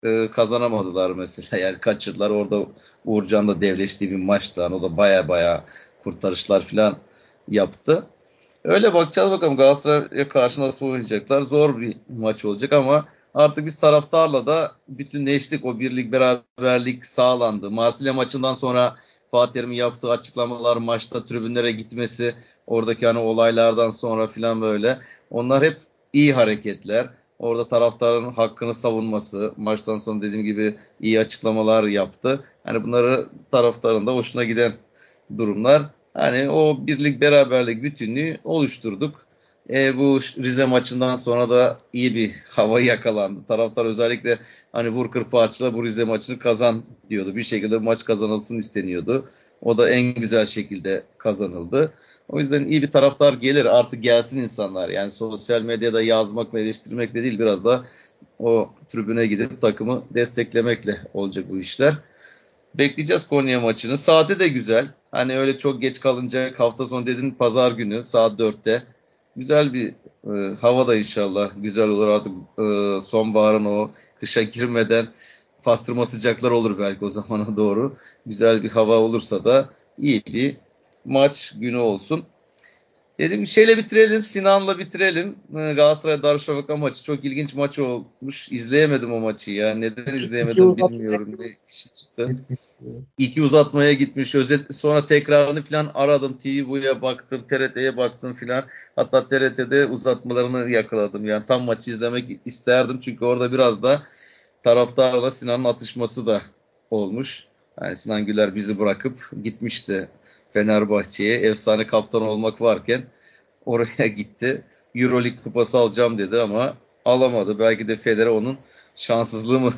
kazanamadılar mesela. Yani kaçırdılar. Orada Uğurcan da devleştiği bir maçtı. Yani o da baya kurtarışlar falan yaptı. Öyle bakacağız bakalım Galatasaray'a karşı nasıl oynayacaklar. Zor bir maç olacak ama artık biz taraftarla da bütünleştik. O birlik, beraberlik sağlandı. Marsilya maçından sonra Fatih Terim'in yaptığı açıklamalar, maçta tribünlere gitmesi, oradaki hani olaylardan sonra filan böyle. Onlar hep iyi hareketler. Orada taraftarın hakkını savunması, maçtan sonra dediğim gibi iyi açıklamalar yaptı. Hani bunları taraftarın da hoşuna giden durumlar. Hani o birlik, beraberlik, bütünlüğü oluşturduk. Bu Rize maçından sonra da iyi bir hava yakalandı. Taraftar özellikle hani vur kır parçala bu Rize maçını kazan diyordu. Bir şekilde maç kazanılsın isteniyordu. O da en güzel şekilde kazanıldı. O yüzden iyi bir taraftar gelir. Artık gelsin insanlar. Yani sosyal medyada yazmakla, eleştirmekle değil, biraz da o tribüne gidip takımı desteklemekle olacak bu işler. Bekleyeceğiz Konya maçını. Saati de güzel. Hani öyle çok geç kalınca hafta sonu dedin pazar günü saat 4'te. Güzel bir hava da inşallah güzel olur artık sonbaharın o kışa girmeden pastırma sıcaklar olur belki o zamana doğru. Güzel bir hava olursa da iyi bir maç günü olsun. Dedim bir şeyle bitirelim. Sinan'la bitirelim. Galatasaray Darüşşafaka maçı. Çok ilginç maç olmuş. İzleyemedim o maçı ya. Neden İki izleyemedim uzatmaya bilmiyorum. Ne işi çıktı. gitmiş. İki uzatmaya gitmiş. Sonra tekrarını falan aradım. TV'ye baktım. TRT'ye baktım falan. Hatta TRT'de uzatmalarını yakaladım. Yani tam maçı izlemek isterdim. Çünkü orada biraz da taraftarla Sinan'ın atışması da olmuş. Yani Sinan Güler bizi bırakıp gitmişti Fenerbahçe'ye. Efsane kaptan olmak varken oraya gitti. Euroleague kupası alacağım dedi ama alamadı. Belki de Federer onun şanssızlığı mı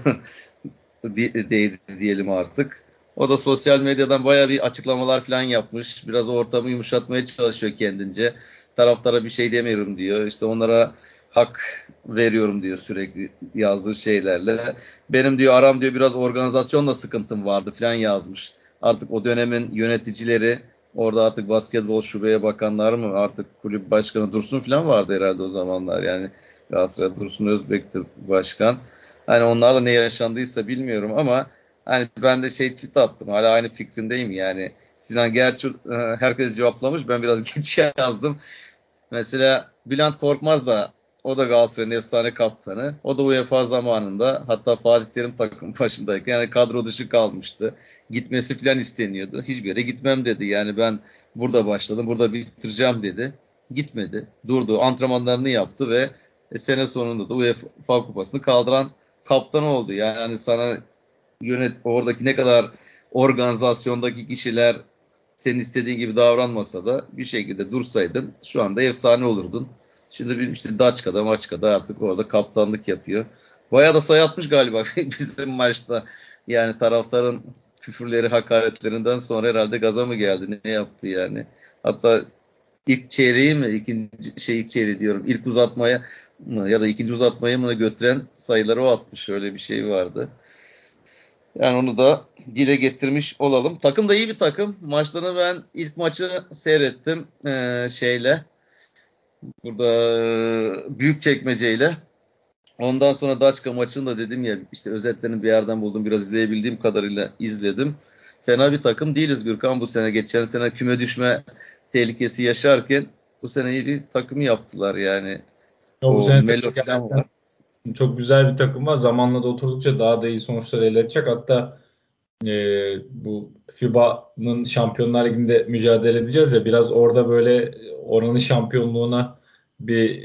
değdi diyelim artık. O da sosyal medyadan bayağı bir açıklamalar falan yapmış. Biraz ortamı yumuşatmaya çalışıyor kendince. Taraftara bir şey demiyorum diyor. İşte onlara hak veriyorum diyor sürekli yazdığı şeylerle. Benim diyor aram diyor biraz organizasyonla sıkıntım vardı falan yazmış. Artık o dönemin yöneticileri orada artık basketbol şubeye bakanlar mı artık kulüp başkanı Dursun falan vardı herhalde o zamanlar. Yani Galatasaray Dursun Özbek'tir başkan. Hani onlarla ne yaşandıysa bilmiyorum ama hani ben de tweet attım. Hala aynı fikrindeyim yani. Sinan gerçi herkes cevaplamış. Ben biraz geç yazdım. Mesela Bülent Korkmaz da o da Galatasaray'ın efsane kaptanı. O da UEFA zamanında hatta Fatih Terim takım başındayken yani kadro dışı kalmıştı. Gitmesi falan isteniyordu. Hiçbir yere gitmem dedi. Yani ben burada başladım, burada bitireceğim dedi. Gitmedi. Durdu. Antrenmanlarını yaptı ve sene sonunda da UEFA kupasını kaldıran kaptan oldu. Yani hani sana oradaki ne kadar organizasyondaki kişiler senin istediğin gibi davranmasa da bir şekilde dursaydın şu anda efsane olurdun. Şimdi bir işte Daçka'da Maçka'da artık orada kaptanlık yapıyor. Bayağı da sayı atmış galiba bizim maçta. Yani taraftarın küfürleri, hakaretlerinden sonra herhalde gaza mı geldi? Ne yaptı yani? Hatta ilk çeyreği mi, ilk çeyreği diyorum. İlk uzatmaya mı ya da ikinci uzatmaya mı götüren sayıları o atmış. Öyle bir şey vardı. Yani onu da dile getirmiş olalım. Takım da iyi bir takım. Maçlarını ben ilk maçı seyrettim şeyle. Burada Büyükçekmece'yle. Ondan sonra Daçka maçını da dedim ya işte özetlerini bir yerden buldum. Biraz izleyebildiğim kadarıyla izledim. Fena bir takım değiliz Gürkan bu sene. Geçen sene küme düşme tehlikesi yaşarken bu sene iyi bir takım yaptılar yani. Ya bu O sene Melo takım falan gerçekten var. çok güzel bir takım var. Zamanla da oturdukça daha da iyi sonuçlar elde edecek. Hatta bu FIBA'nın Şampiyonlar Ligi'nde mücadele edeceğiz ya biraz orada böyle oranın şampiyonluğuna bir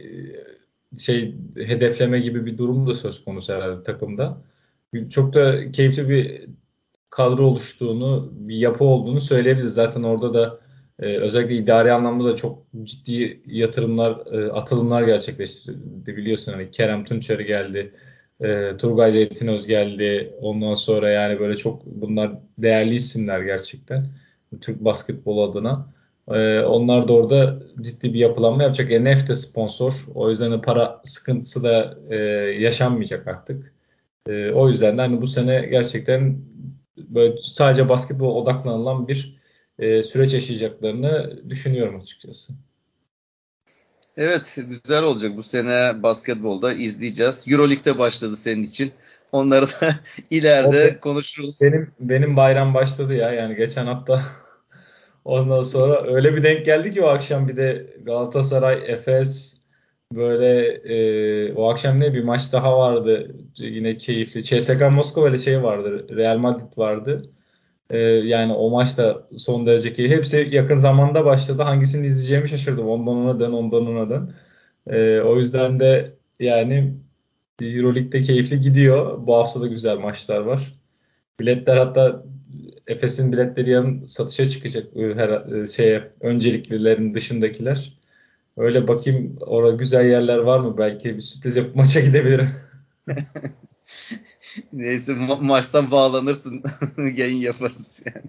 hedefleme gibi bir durum da söz konusu herhalde takımda. Çok da keyifli bir kadro oluştuğunu, bir yapı olduğunu söyleyebiliriz. Zaten orada da özellikle idari anlamda da çok ciddi yatırımlar, atılımlar gerçekleştirildi. Biliyorsun hani Kerem Tunçeri geldi, Turgay Zeytinöz geldi. Ondan sonra yani böyle çok bunlar değerli isimler gerçekten. Türk basketbol adına. Onlar da orada ciddi bir yapılanma yapacak. Nef de sponsor. O yüzden de para sıkıntısı da yaşanmayacak artık. O yüzden de hani bu sene gerçekten böyle sadece basketbol odaklanılan bir süreç yaşayacaklarını düşünüyorum açıkçası. Evet, güzel olacak bu sene basketbolda izleyeceğiz. Euroleague'de başladı senin için. Onları da ileride konuşuruz. Benim bayram başladı ya, yani geçen hafta. Ondan sonra öyle bir denk geldi ki o akşam, bir de Galatasaray, Efes, böyle o akşam ne bir maç daha vardı yine keyifli. CSKA Moskova ile şey vardı, Real Madrid vardı. Yani o maç da son derece keyifli. Hepsi yakın zamanda başladı. Hangisini izleyeceğimi şaşırdım. Ondan ona dön, ondan ona dön. O yüzden de yani Euroleague'de keyifli gidiyor. Bu hafta da güzel maçlar var. Biletler, hatta Efes'in biletleri yarın satışa çıkacak, şeye, önceliklilerin dışındakiler. Öyle bakayım, orada güzel yerler var mı? Belki bir sürpriz yapıp maça gidebilirim. Neyse maçtan bağlanırsın. Yayın yaparız yani.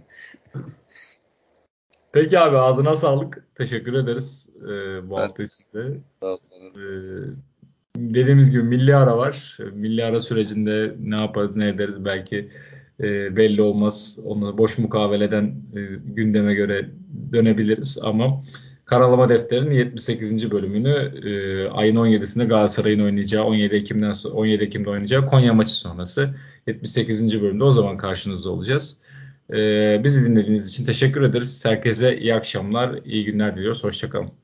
Peki abi, ağzına sağlık. Teşekkür ederiz bu Ben hafta içinde. sağ ol sana. Dediğimiz gibi milli ara var. Milli ara sürecinde ne yaparız, ne ederiz belki belli olmaz. Onu boş mukaveleden gündeme göre dönebiliriz ama Karalama Defteri'nin 78. bölümünü ayın 17'sinde Galatasaray'ın oynayacağı 17 Ekim'de oynayacağı Konya maçı sonrası 78. bölümde o zaman karşınızda olacağız. Bizi dinlediğiniz için teşekkür ederiz. Herkese iyi akşamlar, iyi günler diliyoruz. Hoşça kalın.